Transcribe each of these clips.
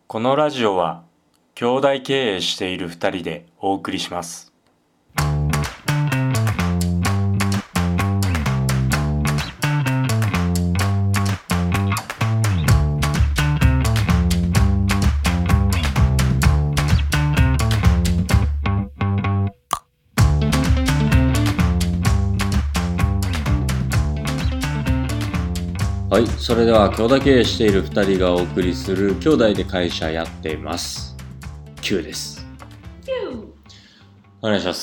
このラジオは兄弟経営している2人でお送りします。 はい、それでは兄弟経営している2人がお送りする兄弟で会社やっています Q です。お願いします。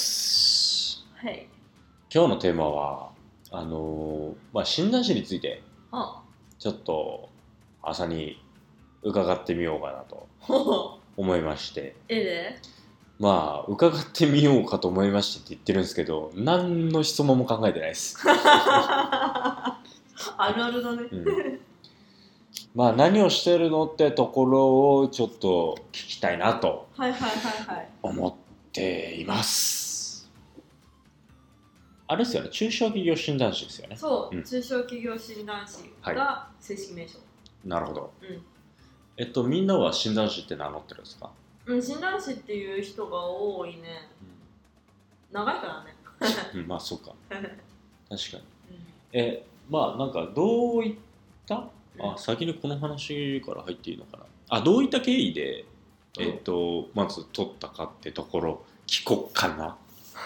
はい。 今日のテーマは診断士についてちょっと朝に伺ってみようかなと思いまして伺ってみようかと思いましてって言ってるんですけど、何の質問も考えてないですあるあるだね、 何をしてるのってところをちょっと聞きたいなと思っています。あれですよね、中小企業診断士ですよね。 そう、中小企業診断士が正式名称、 なるほど、みんなは診断士って名乗ってるんですか？ 診断士っていう人が多いね、長いからねそうか確かに、なんかどういった先にこの話から入っていいのかな。どういった経緯で、まず取ったかってところ聞こっかな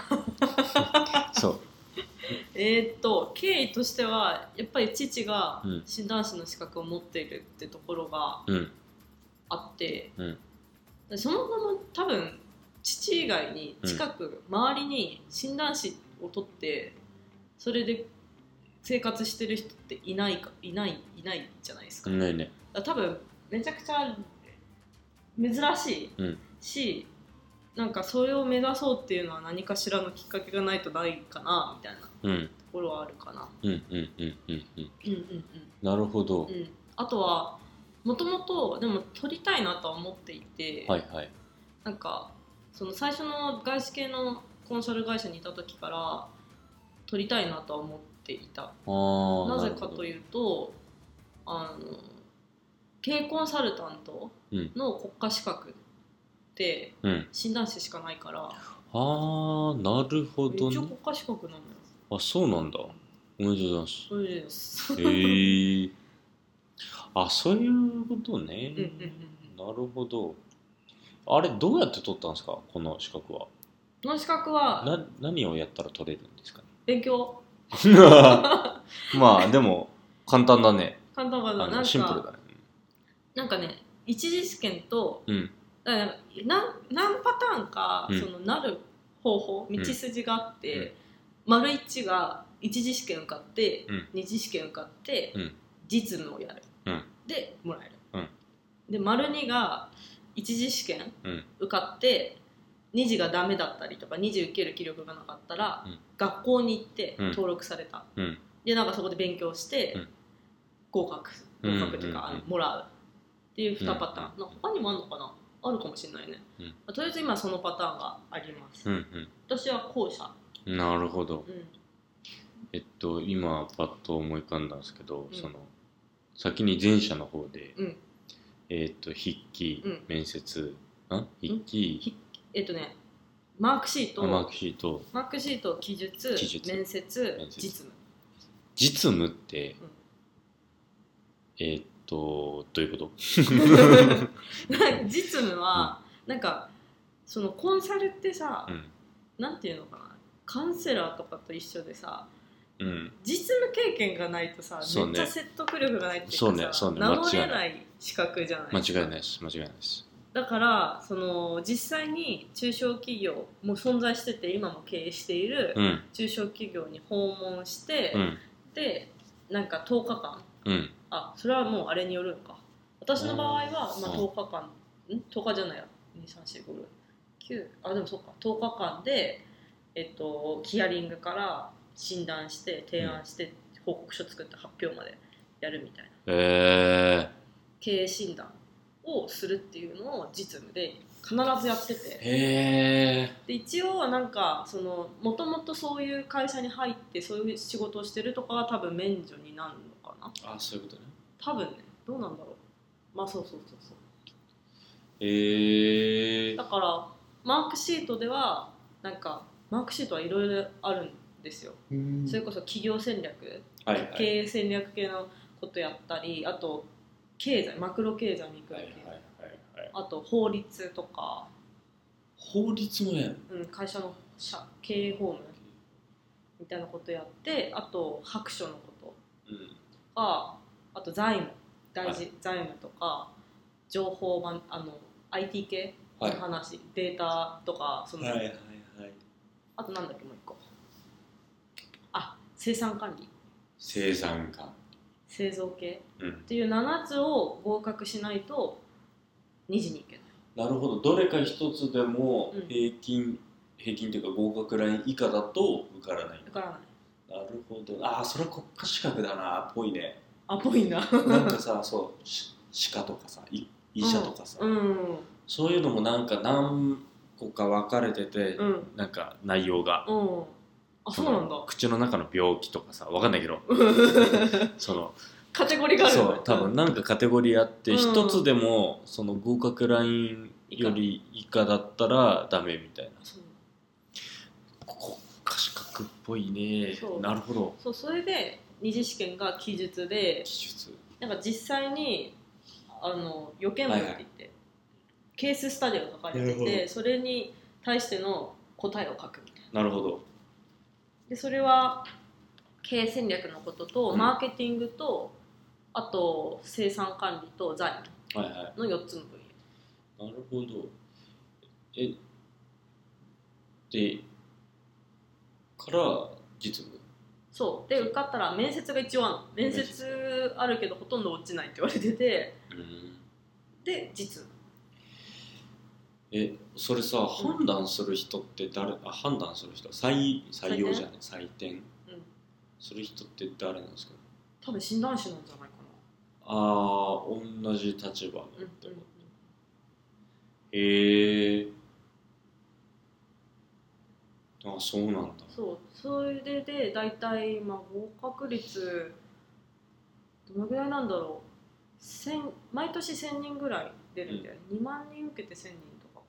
そう経緯としてはやっぱり父が診断士の資格を持っているってところがあって、その後も多分父以外に近く、周りに診断士を取ってそれで生活してる人っていないじゃないですか。 いないね。 多分めちゃくちゃ珍しいし、なんかそれを目指そうっていうのは何かしらのきっかけがないとないかなみたいなところはあるかな。 なるほど、 あとはもともとでも取りたいなとは思っていて、なんかその最初の外資系のコンサル会社にいた時から取りたいなとは思っていた。なぜかというと経営コンサルタントの国家資格って診断士しかないから、 なるほどね。 一応国家資格なのよ。 そうなんだ。おめでとうございます。 それですそういうことね。なるほど。あれどうやって取ったんですか、この資格は。 この資格は何をやったら取れるんですかね。 勉強でも簡単だね。 簡単だね。 シンプルだね。 なんかね、一次試験と、何パターンか、そのなる方法、道筋があって、丸1が一次試験受かって、二次試験受かって、実務をやる、でもらえる、で丸2が一次試験受かって2次がダメだったりとか2次受ける気力がなかったら、学校に行って登録された、でなんかそこで勉強して、合格というか、もらうっていう2パターン、他にもあるのかな、あるかもしれないね、とりあえず今そのパターンがあります、私は後者。 なるほど、今パッと思い浮かんだんですけど、その先に前者の方で、筆記、面接、筆記、 マークシート、記述、面接、 実務って、どういうこと実務はなんかそのコンサルってさ、なんていうのかな、カウンセラーとかと一緒でさ、実務経験がないとさ、めっちゃ説得力がないっていうかさ、名乗れない資格じゃないですか。 間違いないです。 だからその実際に中小企業も存在してて今も経営している中小企業に訪問して、でなんか10日間、それはもうあれによるのか。私の場合は、10日間10日じゃないや、23456、9でもそうか、10日間でヒアリングから診断して提案して報告書作って発表までやるみたいな、経営診断をするっていうのを実務で必ずやってて、で一応なんかそのもともとそういう会社に入ってそういう仕事をしてるとかは多分免除になるのかな。 そういうことね。 多分ね、どうなんだろう。そうだからマークシートではなんかマークシートはいろいろあるんですよ。それこそ企業戦略、はいはい、経営戦略系のことやったり、あと経済、マクロ経済に行くわけ、はいはいはいはい、あと法律とか。 法律もやる、 会社の経営法務みたいなことやって、あと白書のこととか、あと財務とか情報IT 系の話、はい、データとかはいはいはい、あとなんだっけもう一個、生産管理、 製造系、っていう7つを合格しないと2次に行けない。 なるほど。どれか一つでも平均というか合格ライン以下だと受からない。 受からない。 なるほど。それ国家資格だな。ぽいね。 ぽいな。 なんかさ、そう歯科とかさ、医者とかさ、そういうのもなんか何個か分かれてて、なんか内容が。 そうなんだ。 口の中の病気とかさ、分かんないけど、そのカテゴリーがあるんだ。そう、 多分なんかカテゴリーあって、一つでもその合格ラインより以下だったらダメみたいな。国家資格っぽいね。なるほど。 そう、それで二次試験が記述で、なんか実際に予見文って言って、ケーススタディが書かれてて、それに対しての答えを書くみたいな。 なるほど。 でそれは経営戦略のことと、マーケティングと、あと生産管理と財務の4つの分野。なるほど。でから実務。 そうで受かったら面接が一応あるの。面接あるけどほとんど落ちないって言われてて、で実務。 それさ、判断する人って誰？判断する人、採用じゃない、採点する人って誰なんですか？ 多分診断士なんじゃないかな。 同じ立場のってこと。そうなんだ。 それで大体合格率どのぐらいなんだろう。毎年1000人ぐらい出るんだよね。2万人受けて1000人とかか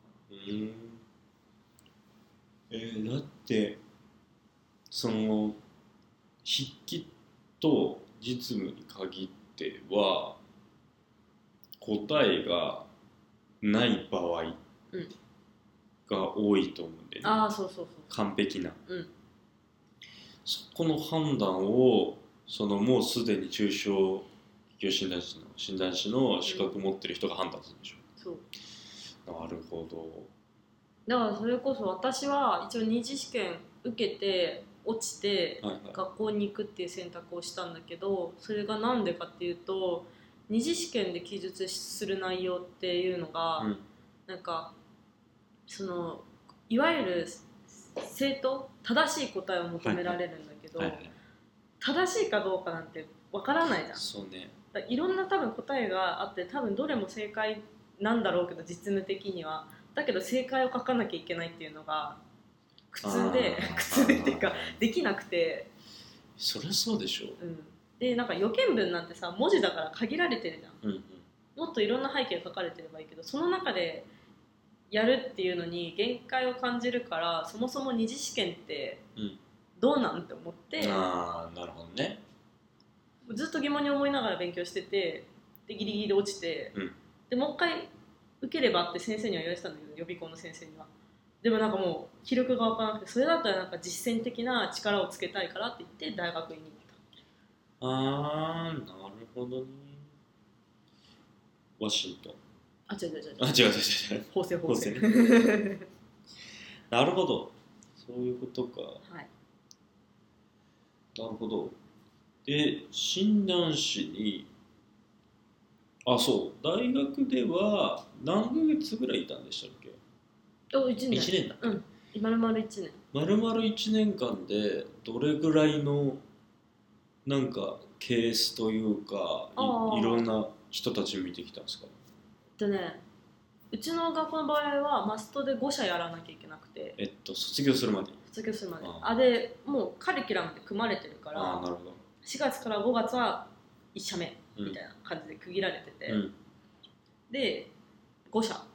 な。だってその筆記と実務に限っては答えがない場合が多いと思うんで、ね、 そう完璧な、そこの判断をもうすでに中小企業診断士の資格持ってる人が判断するんでしょ。なるほど。 だからそれこそ私は一応二次試験受けて落ちて学校に行くっていう選択をしたんだけど、それがなんでかっていうと、二次試験で記述する内容っていうのが、なんかいわゆる正しい答えを求められるんだけど、正しいかどうかなんてわからないじゃん。 そうね。 いろんな多分答えがあって、多分どれも正解なんだろうけど、実務的にはだけど正解を書かなきゃいけないっていうのが苦痛でっていうかできなくて。 そりゃそうでしょ。 でなんか予見文なんてさ、文字だから限られてるじゃん、もっといろんな背景が書かれてればいいけど、その中でやるっていうのに限界を感じるから、そもそも二次試験ってどうなんて思って、 なるほどね。 ずっと疑問に思いながら勉強してて、でギリギリで落ちて、でもう一回受ければって先生には言われてたんだけど、予備校の先生には。でもなんかもう気力が湧かなくて、それだったらなんか実践的な力をつけたいからって言って大学院に行った。 なるほどね。ワシントン。違う。 法政なるほど。そういうことか。 はい。 なるほど。で、診断士にそう、大学では何ヶ月ぐらいいたんでしたっけ？1年だっけ？ 丸々1年。 丸々1年間でどれぐらいのなんかケースというか いろんな人たち見てきたんですか？ うちの学校の場合はマストで5社やらなきゃいけなくて、 卒業するまででもうカリキュラムで組まれてるから、 なるほど。 4月から5月は1社目みたいな感じで区切られてて、で5社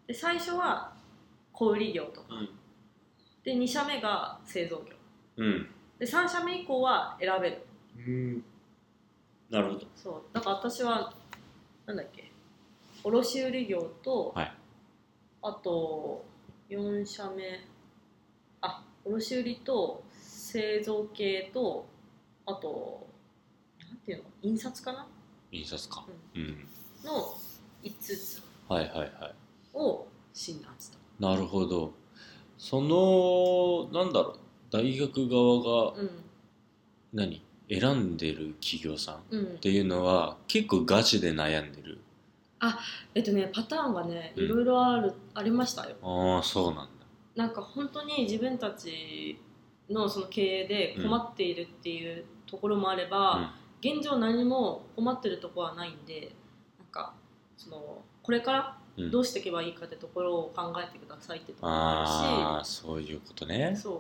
で最初は小売業とか、で2社目が製造業、で3社目以降は選べる。 なるほど。 そうだから私はなんだっけ、卸売業と、 はい、 あと4社目、卸売と製造系と、あとなんていうの、印刷かな、 印刷か、 の5つを診断した。 なるほど。そのなんだろう、大学側が選んでる企業さんっていうのは結構ガチで悩んでる？ パターンがね、いろいろありましたよ。 ああ、そうなんだ。 なんか本当に自分たちのその経営で困っているっていうところもあれば、現状何も困ってるところはないんで、なんかそのこれからどうしていけばいいかってところを考えてくださいってところもあるし。 そういうことね。 そう。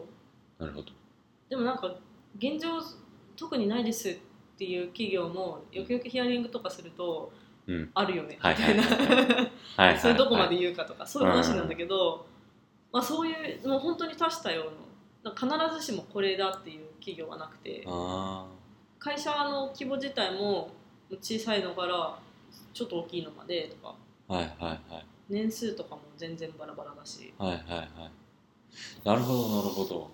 なるほど。 でもなんか現状特にないですっていう企業もよくよくヒアリングとかすると、あるよねみたいな、それどこまで言うかとかそういう話なんだけど、そういうもう本当に多種多様の、必ずしもこれだっていう企業はなくて、会社の規模自体も小さいのからちょっと大きいのまでとか、年数とかも全然バラバラだし。 なるほどなるほど。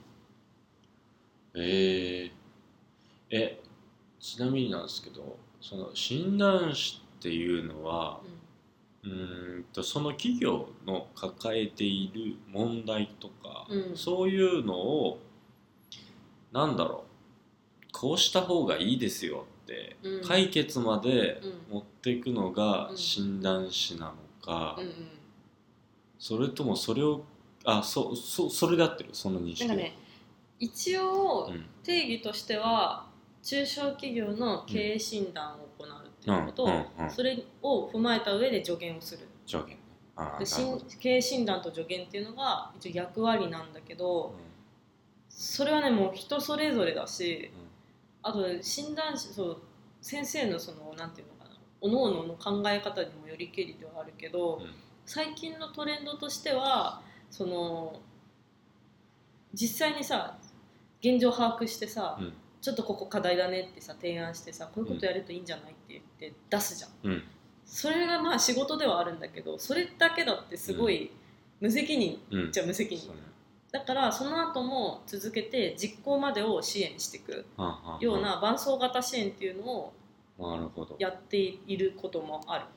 ちなみになんですけど、その診断士っていうのは、その企業の抱えている問題とか、そういうのをなんだろう、こうした方がいいですよって、解決まで持っていくのが診断士なのか、それともそれをそれで合ってる？その認識なんかね、一応定義としては、中小企業の経営診断を行うっていうことと、それを踏まえた上で助言をする。 助言で経営診断と助言っていうのが一応役割なんだけど、それはねもう人それぞれだし、あと診断士、先生のそのなんていうのかな、各々の考え方にもよりけりではあるけど、最近のトレンドとしてはその実際にさ現状把握してさ、ちょっとここ課題だねってさ提案してさ、こういうことやるといいんじゃないって言って出すじゃん、それがまあ仕事ではあるんだけど、それだけだってすごい無責任じゃ無責任、だからその後も続けて実行までを支援していくような伴走型支援っていうのをやっていることもある。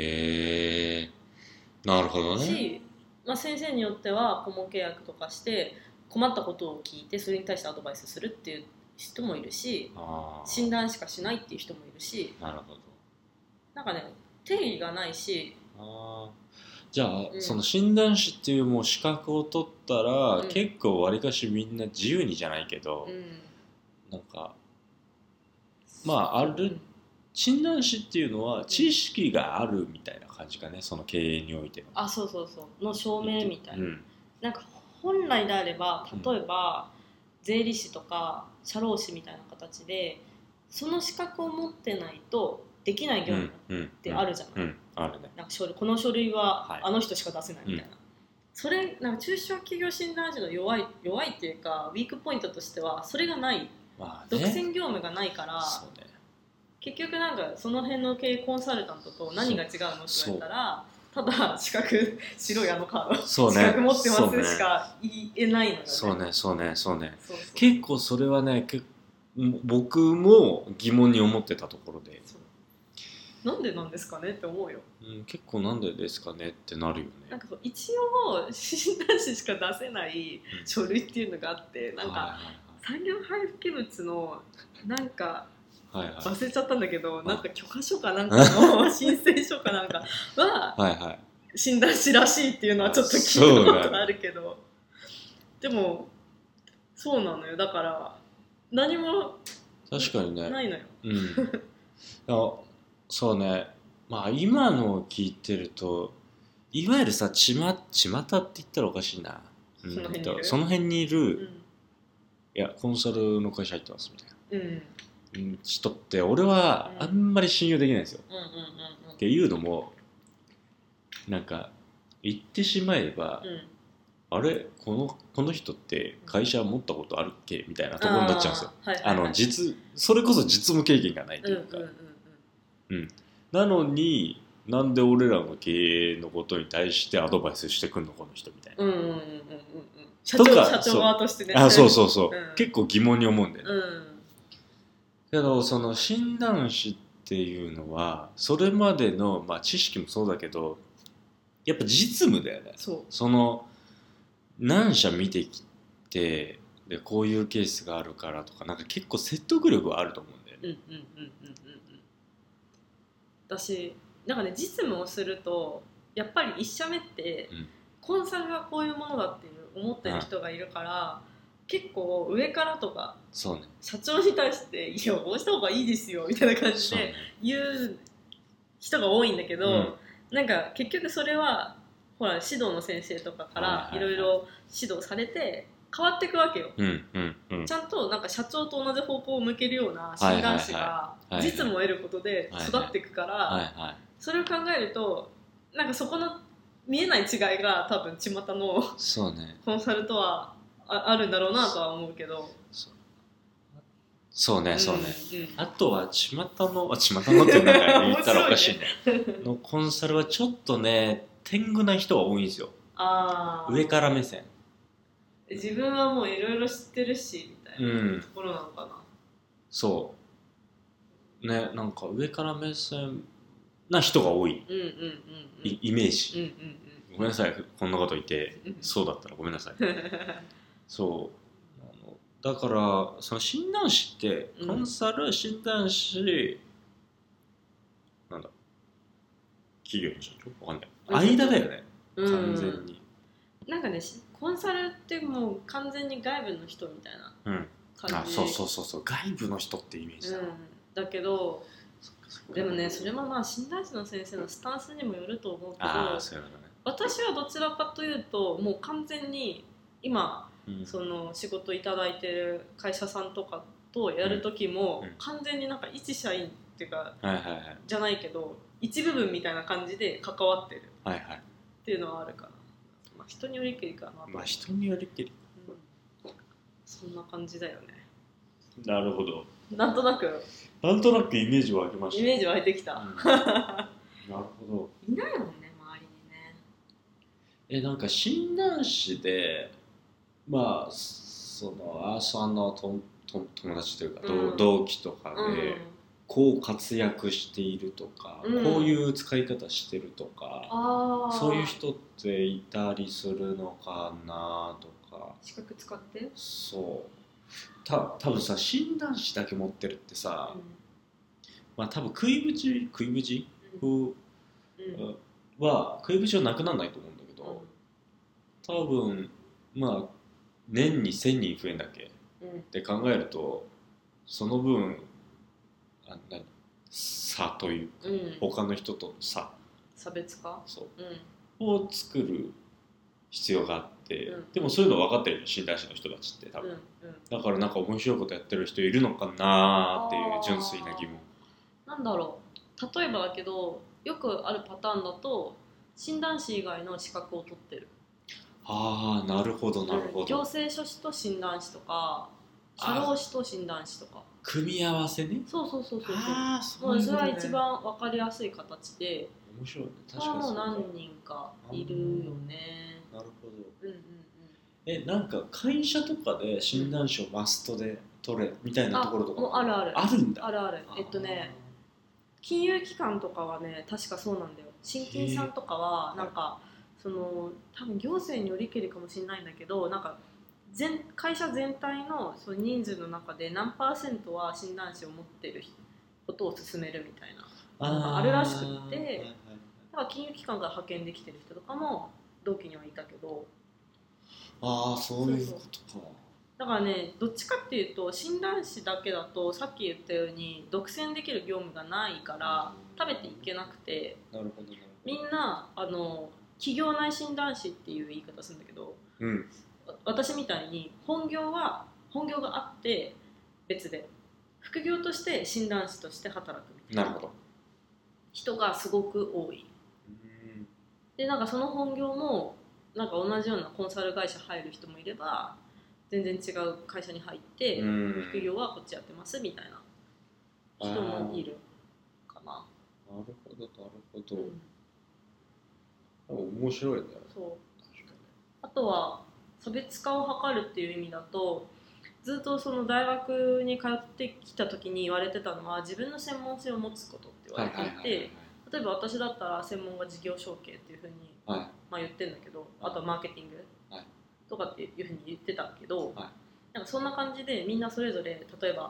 なるほどね。 し、先生によっては顧問契約とかして困ったことを聞いてそれに対してアドバイスするっていう人もいるし、診断しかしないっていう人もいるし、 なるほど。 なんかね定義がないし。 じゃあ、その診断士っていうもう資格を取ったら、結構わりかしみんな自由にじゃないけど、なんかある診断士っていうのは知識があるみたいな感じかね、その経営においての。 そうの証明みたいな、なんか本来であれば例えば、税理士とか社労士みたいな形でその資格を持ってないとできない業務ってあるじゃない。 あるね。 なんかこの書類はあの人しか出せないみたいな、それなんか中小企業診断士の弱いっていうかウィークポイントとしてはそれがない、独占業務がないから、結局なんかその辺の経営コンサルタントと何が違うのって言われたら、ただ資格白いカード、資格持ってますしか言えないのよね。 そうね。結構それはね、僕も疑問に思ってたところで、 なんでなんですかねって思うよ、 結構なんでですかねってなるよね。 なんか一応診断士しか出せない書類っていうのがあって、なんか産業廃棄物のなんか忘れちゃったんだけど、なんか許可書かなんかの申請書かなんかは診断士らしいっていうのはちょっと聞いたことあるけど、でもそうなのよ。だから何も確かにねないのよ。そうね。今のを聞いてると、いわゆるさ巷って言ったらおかしいな、その辺にいる、いやコンサルの会社入ってますみたいな、人って俺はあんまり信用できないんですよ、っていうのもなんか言ってしまえば、 うん、 あれこの人って会社持ったことあるっけみたいなところになっちゃうんですよ。 はいはいはい、 それこそ実務経験がないというか、なのになんで俺らの経営のことに対してアドバイスしてくんのこの人みたいな、 社長側としてね。 そうそうそう、 うん、 結構疑問に思うんだよね、 うん、 けどその診断士っていうのはそれまでの、まあ、知識もそうだけどやっぱ実務だよね。その何社見てきてでこういうケースがあるからとかなんか結構説得力はあると思うんだよね。 私なんかね実務をするとやっぱり1社目って、コンサルがこういうものだっていう思ってる人がいるから、結構上からとか、 そうね、 社長に対して「いやこうした方がいいですよ」みたいな感じで言う人が多いんだけど、なんか結局それはほら指導の先生とかからいろいろ指導されて変わっていくわけよ、ちゃんとなんか社長と同じ方向を向けるような診断士が実務を得ることで育っていくから、それを考えるとなんかそこの見えない違いが多分巷のコンサルとはあるんだろうなとは思うけど。 そうね、あとは巷のってなんか言ったらおかしいねのコンサルはちょっとね天狗な人が多いんですよ。上から目線、 自分はもういろいろ知ってるしみたいなところなのかな、 そうね、なんか上から目線な人が多い、イメージ、ごめんなさいこんなこと言ってそうだったらごめんなさいそうだからその診断士ってコンサル、診断士なんだ企業の社長わかんない間だよね、完全に。 なんかねコンサルってもう完全に外部の人みたいな感じ、 そう外部の人ってイメージだ、 だけどでもねそれもまあ診断士の先生のスタンスにもよると思うけど、私はどちらかというともう完全に今その仕事いただいてる会社さんとかとやる時も完全になんか一社員っていうかじゃないけど一部分みたいな感じで関わってるっていうのはあるかな。まあ人によりけりかな。 まあ人によりけり、 そんな感じだよね。 なるほど。 なんとなくイメージ湧きました。 イメージ湧いてきた、 なるほど。 いないもんね周りにね。 なんか診断士でまあそのさんの友達というか、同期とかで、こう活躍しているとか、こういう使い方してるとか、そういう人っていたりするのかなとか。 資格使って？ そう多分さ診断士だけ持ってるってさ、まあ多分食いぶちは食いぶちはなくならないと思うんだけど、多分まあ年に1000人増えんだっけ、って考えるとその分差というか、他の人との差別化を作る必要があって、でもそういうの分かってるよ診断士の人たちって多分、だからなんか面白いことやってる人いるのかなっていう純粋な疑問。 なんだろう、例えばだけどよくあるパターンだと診断士以外の資格を取ってる。 なるほど行政書士と診断士とか社労士と診断士とか組み合わせね。 そうそれは一番分かりやすい形で。 面白いね。確かにもう何人かいるよね。 なるほど。なんか会社とかで診断士をマストで取れみたいなところとかもあるあるんだ。 ある金融機関とかはね確かそうなんだよ。新金さんとかはなんかその多分行政によりけりかもしれないんだけど、なんか会社全体のその人数の中で何%は診断士を持ってることを進めるみたいなあるらしくって、だから金融機関から派遣できてる人とかも同期にはいたけど。 そういうことか。 だからねどっちかっていうと診断士だけだとさっき言ったように独占できる業務がないから食べていけなくて、みんな企業内診断士っていう言い方するんだけど、私みたいに本業があって別で副業として診断士として働くみたいな人がすごく多い。 でなんかその本業もなんか同じようなコンサル会社入る人もいれば全然違う会社に入って副業はこっちやってますみたいな人もいるかな。 なるほどなるほど、面白いね。 そう。あとは差別化を図るっていう意味だとずっとその大学に通ってきた時に言われてたのは自分の専門性を持つことって言われていて、例えば私だったら専門が事業承継っていうふうに、まあ、言ってるんだけど、あとはマーケティングとかっていうふうに言ってたけど、なんかそんな感じでみんなそれぞれ例えば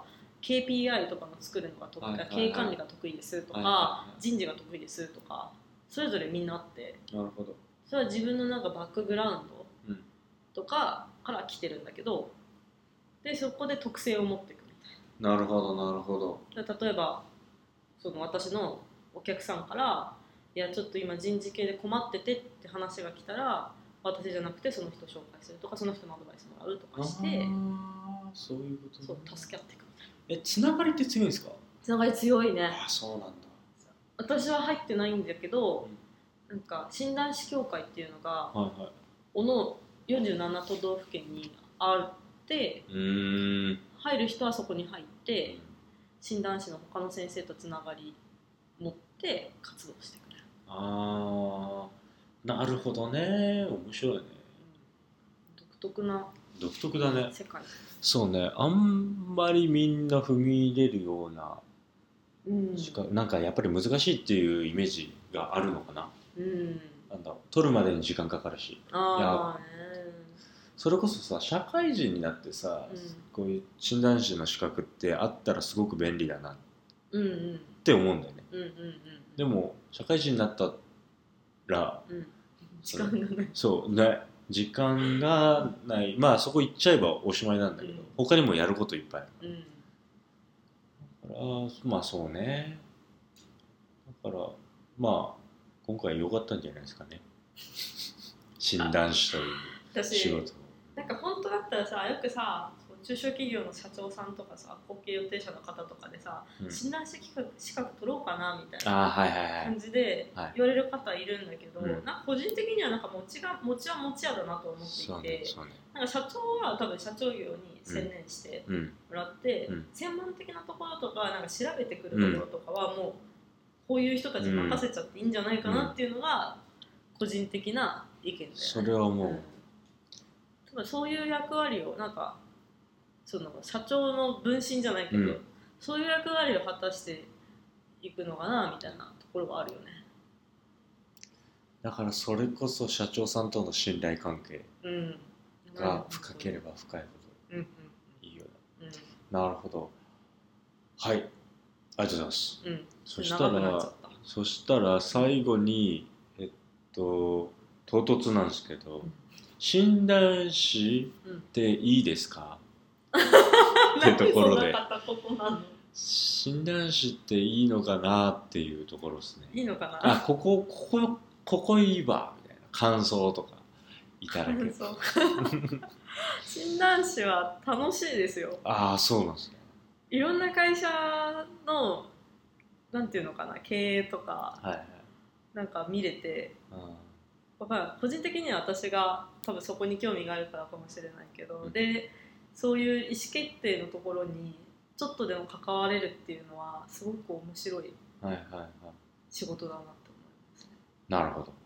KPI とかの作るのが得意、経営管理が得意ですとか、人事が得意ですとかそれぞれみんなあって、 なるほど。 それは自分のなんかバックグラウンドとかから来てるんだけど、でそこで特性を持っていくみたいな。なるほどなるほど。 例えばその私のお客さんからいやちょっと今人事系で困っててって話が来たら私じゃなくてその人を紹介するとかその人のアドバイスもらうとかしてそういうこと、ね、 そう助け合っていくみたいな。 つながりって強いんですか？ つながり強いね。 あ、そうなんだ。 私は入ってないんだけど、なんか診断士協会っていうのが、おの47都道府県にあって入る人はそこに入って診断士の他の先生とつながり持って活動してくれる。 ああ、なるほどね。面白いね。 独特な独特だね。 世界。 そうね。あんまりみんな踏み入れるような、なんかやっぱり難しいっていうイメージがあるのかな。なんだろう、取るまでに時間かかるし。それこそさ、社会人になってさ、こういう診断士の資格ってあったらすごく便利だなって思うんだよね。でも社会人になったら、 時間がない。 そうね、時間がない。まあそこ行っちゃえばおしまいなんだけど、他にもやることいっぱいある。だからまあそうね。だからまあ今回良かったんじゃないですかね。診断士という仕事。 なんか本当だったらさ、よくさ、中小企業の社長さんとかさ、後継予定者の方とかでさ、診断士資格取ろうかなみたいな感じで言われる方いるんだけど、なんか個人的にはなんか持ちは持ちやだなと思っていて、なんか社長は多分社長業に専念してもらって、専門的なところとかなんか調べてくるところとかはもうこういう人たちに任せちゃっていいんじゃないかなっていうのが個人的な意見だよね。 それは思う。 そういう役割をなんかその社長の分身じゃないけど、そういう役割を果たしていくのかなみたいなところがあるよね。 だからそれこそ社長さんとの信頼関係が深ければ深いほどいいよね。なるほど。はい、ありがとうございます。そしたら最後に唐突なんですけど、診断士っていいですか？ってところで診断士っていいのかなっていうところですね。 いいのかな。 あ、ここいいわみたいな感想とかいただける。 診断士は楽しいですよ。 ああ、そうなんですね。 いろんな会社のなんていうのかな、経営とか、なんか見れて、個人的には私が多分そこに興味があるからかもしれないけど、でそういう意思決定のところにちょっとでも関われるっていうのはすごく面白い仕事だなと思いますね。 なるほど。わか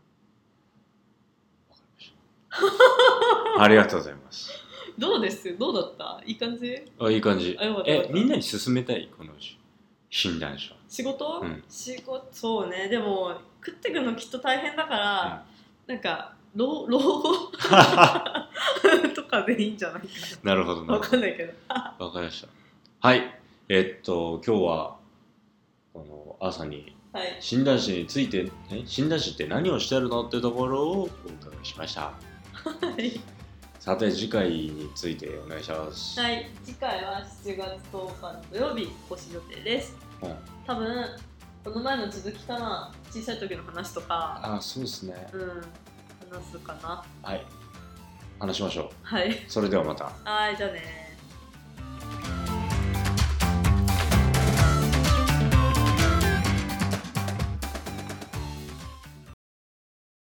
りました。ありがとうございます。 どうだった？いい感じ？ いい感じ。みんなに勧めたいこの診断士は。 仕事、そうね。でも食ってくのきっと大変だから、なんか老後とかでいいんじゃないかな。 なるほどな。 分かんないけど。 わかりました。はい。今日はこの朝に診断士について、診断士って何をしてるのってところをお伺いしました。さて次回についてお願いします。 はい。次回は7月10日の土曜日更新予定です。多分この前の続きかな、小さい時の話とか。 あ、そうですね。 話すかな。 はい。話しましょう。 はい。 それではまた。 はい、じゃあね。